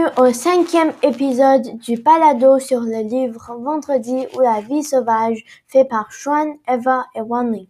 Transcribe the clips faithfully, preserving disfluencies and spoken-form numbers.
Bienvenue au cinquième épisode du balado sur le livre Vendredi ou la vie sauvage fait par Xuan, Eva et Wanling.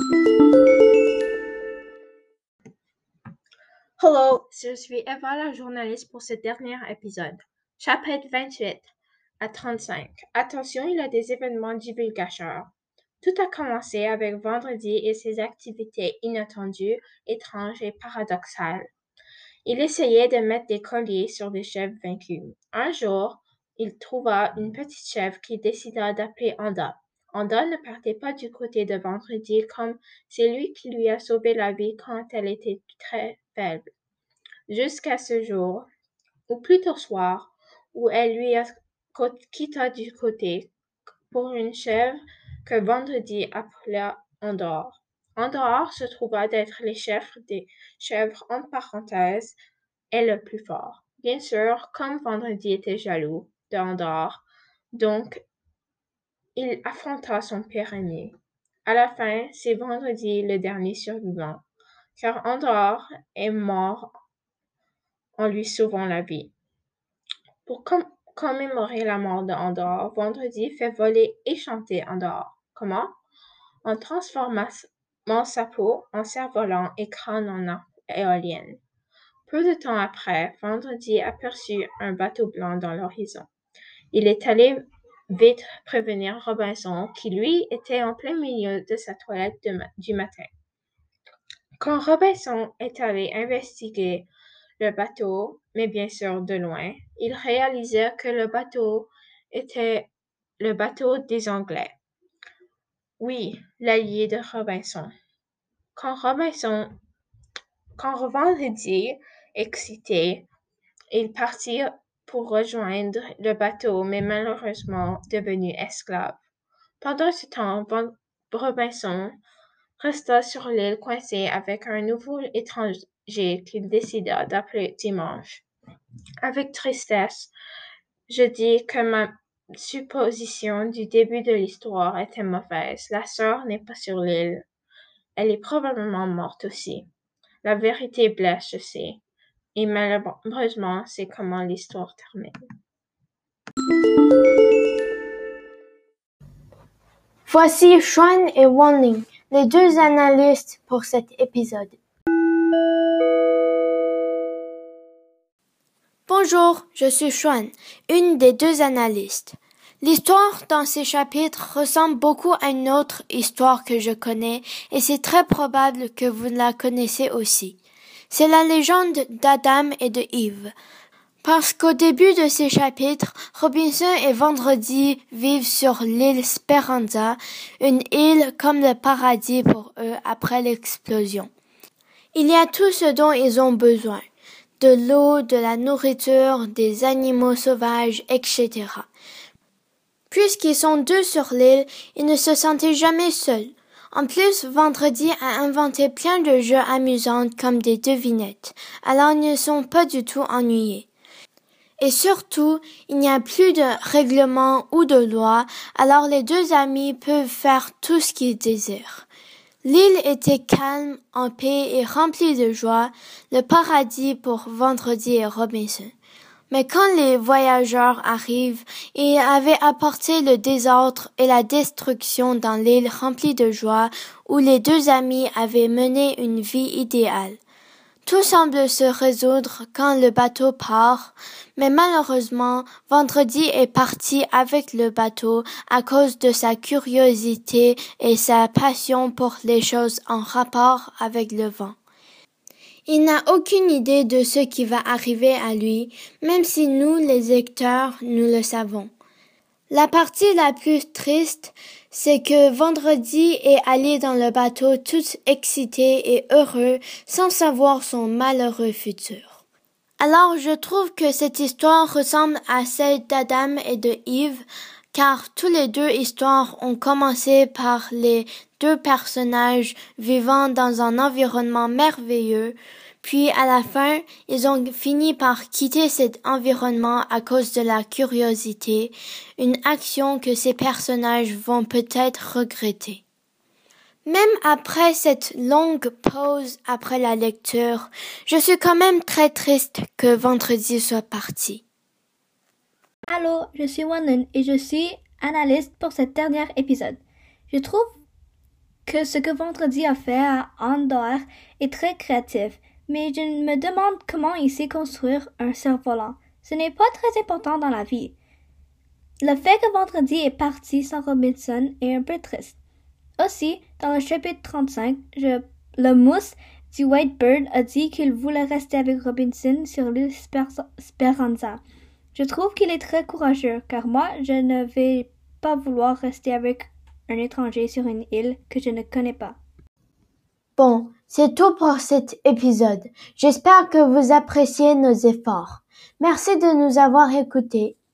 Hello, je suis Eva, la journaliste pour ce dernier épisode. Chapitre vingt-huit à trente-cinq. Attention, il y a des événements divulgateurs. Tout a commencé avec Vendredi et ses activités inattendues, étranges et paradoxales. Il essayait de mettre des colliers sur des chèvres vaincues. Un jour, il trouva une petite chèvre qui décida d'appeler Anda. Anda ne partait pas du côté de Vendredi comme c'est lui qui lui a sauvé la vie quand elle était très faible. Jusqu'à ce jour, ou plutôt soir, où elle lui a quitta du côté pour une chèvre que Vendredi appela Andorre. Andorre se trouva d'être les chèvres des chèvres en parenthèse et le plus fort. Bien sûr, comme Vendredi était jaloux d'Andorre, donc il affronta son pire ennemi. À la fin, c'est Vendredi le dernier survivant, car Andorre est mort en lui sauvant la vie. Pour com- commémorer la mort d'Andorre, Vendredi fait voler et chanter Andorre. Comment? En transformant sa peau en cerf-volant et crâne en éolienne. Peu de temps après, Vendredi aperçut un bateau blanc dans l'horizon. Il est allé vite prévenir Robinson, qui lui était en plein milieu de sa toilette de ma- du matin. Quand Robinson est allé investiguer le bateau, mais bien sûr de loin, il réalisa que le bateau était le bateau des Anglais. Oui, l'allié de Robinson. Quand Robinson, quand Vendredi, excité, il partit pour rejoindre le bateau, mais malheureusement devenu esclave. Pendant ce temps, Robinson resta sur l'île coincé avec un nouveau étranger qu'il décida d'appeler Dimanche. Avec tristesse, je dis que ma supposition du début de l'histoire était mauvaise. La sœur n'est pas sur l'île. Elle est probablement morte aussi. La vérité blesse, je sais. Et malheureusement, c'est comment l'histoire termine. Voici Xuan et Wanling, les deux analystes pour cet épisode. Bonjour, je suis Xuan, une des deux analystes. L'histoire dans ces chapitres ressemble beaucoup à une autre histoire que je connais et c'est très probable que vous la connaissez aussi. C'est la légende d'Adam et de Ève. Parce qu'au début de ces chapitres, Robinson et Vendredi vivent sur l'île Speranza, une île comme le paradis pour eux après l'explosion. Il y a tout ce dont ils ont besoin. De l'eau, de la nourriture, des animaux sauvages, et cetera. Puisqu'ils sont deux sur l'île, ils ne se sentaient jamais seuls. En plus, Vendredi a inventé plein de jeux amusants comme des devinettes, alors ils ne sont pas du tout ennuyés. Et surtout, il n'y a plus de règlements ou de lois, alors les deux amis peuvent faire tout ce qu'ils désirent. L'île était calme, en paix et remplie de joie, le paradis pour Vendredi et Robinson. Mais quand les voyageurs arrivent, ils avaient apporté le désordre et la destruction dans l'île remplie de joie où les deux amis avaient mené une vie idéale. Tout semble se résoudre quand le bateau part, mais malheureusement, Vendredi est parti avec le bateau à cause de sa curiosité et sa passion pour les choses en rapport avec le vent. Il n'a aucune idée de ce qui va arriver à lui, même si nous, les lecteurs, nous le savons. La partie la plus triste, c'est que Vendredi est allé dans le bateau tout excité et heureux sans savoir son malheureux futur. Alors je trouve que cette histoire ressemble à celle d'Adam et de Ève, car tous les deux histoires ont commencé par les deux personnages vivant dans un environnement merveilleux, puis à la fin, ils ont fini par quitter cet environnement à cause de la curiosité, une action que ces personnages vont peut-être regretter. Même après cette longue pause après la lecture, je suis quand même très triste que Vendredi soit parti. Allô, je suis Wanlin et je suis analyste pour ce dernier épisode. Je trouve que ce que Vendredi a fait à Andorre est très créatif, mais je me demande comment il sait construire un cerf-volant. Ce n'est pas très important dans la vie. Le fait que Vendredi est parti sans Robinson est un peu triste. Aussi, dans le chapitre trente-cinq, je, le mousse du White Bird a dit qu'il voulait rester avec Robinson sur l'île Speranza. Je trouve qu'il est très courageux, car moi, je ne vais pas vouloir rester avec un étranger sur une île que je ne connais pas. Bon, c'est tout pour cet épisode. J'espère que vous appréciez nos efforts. Merci de nous avoir écoutés.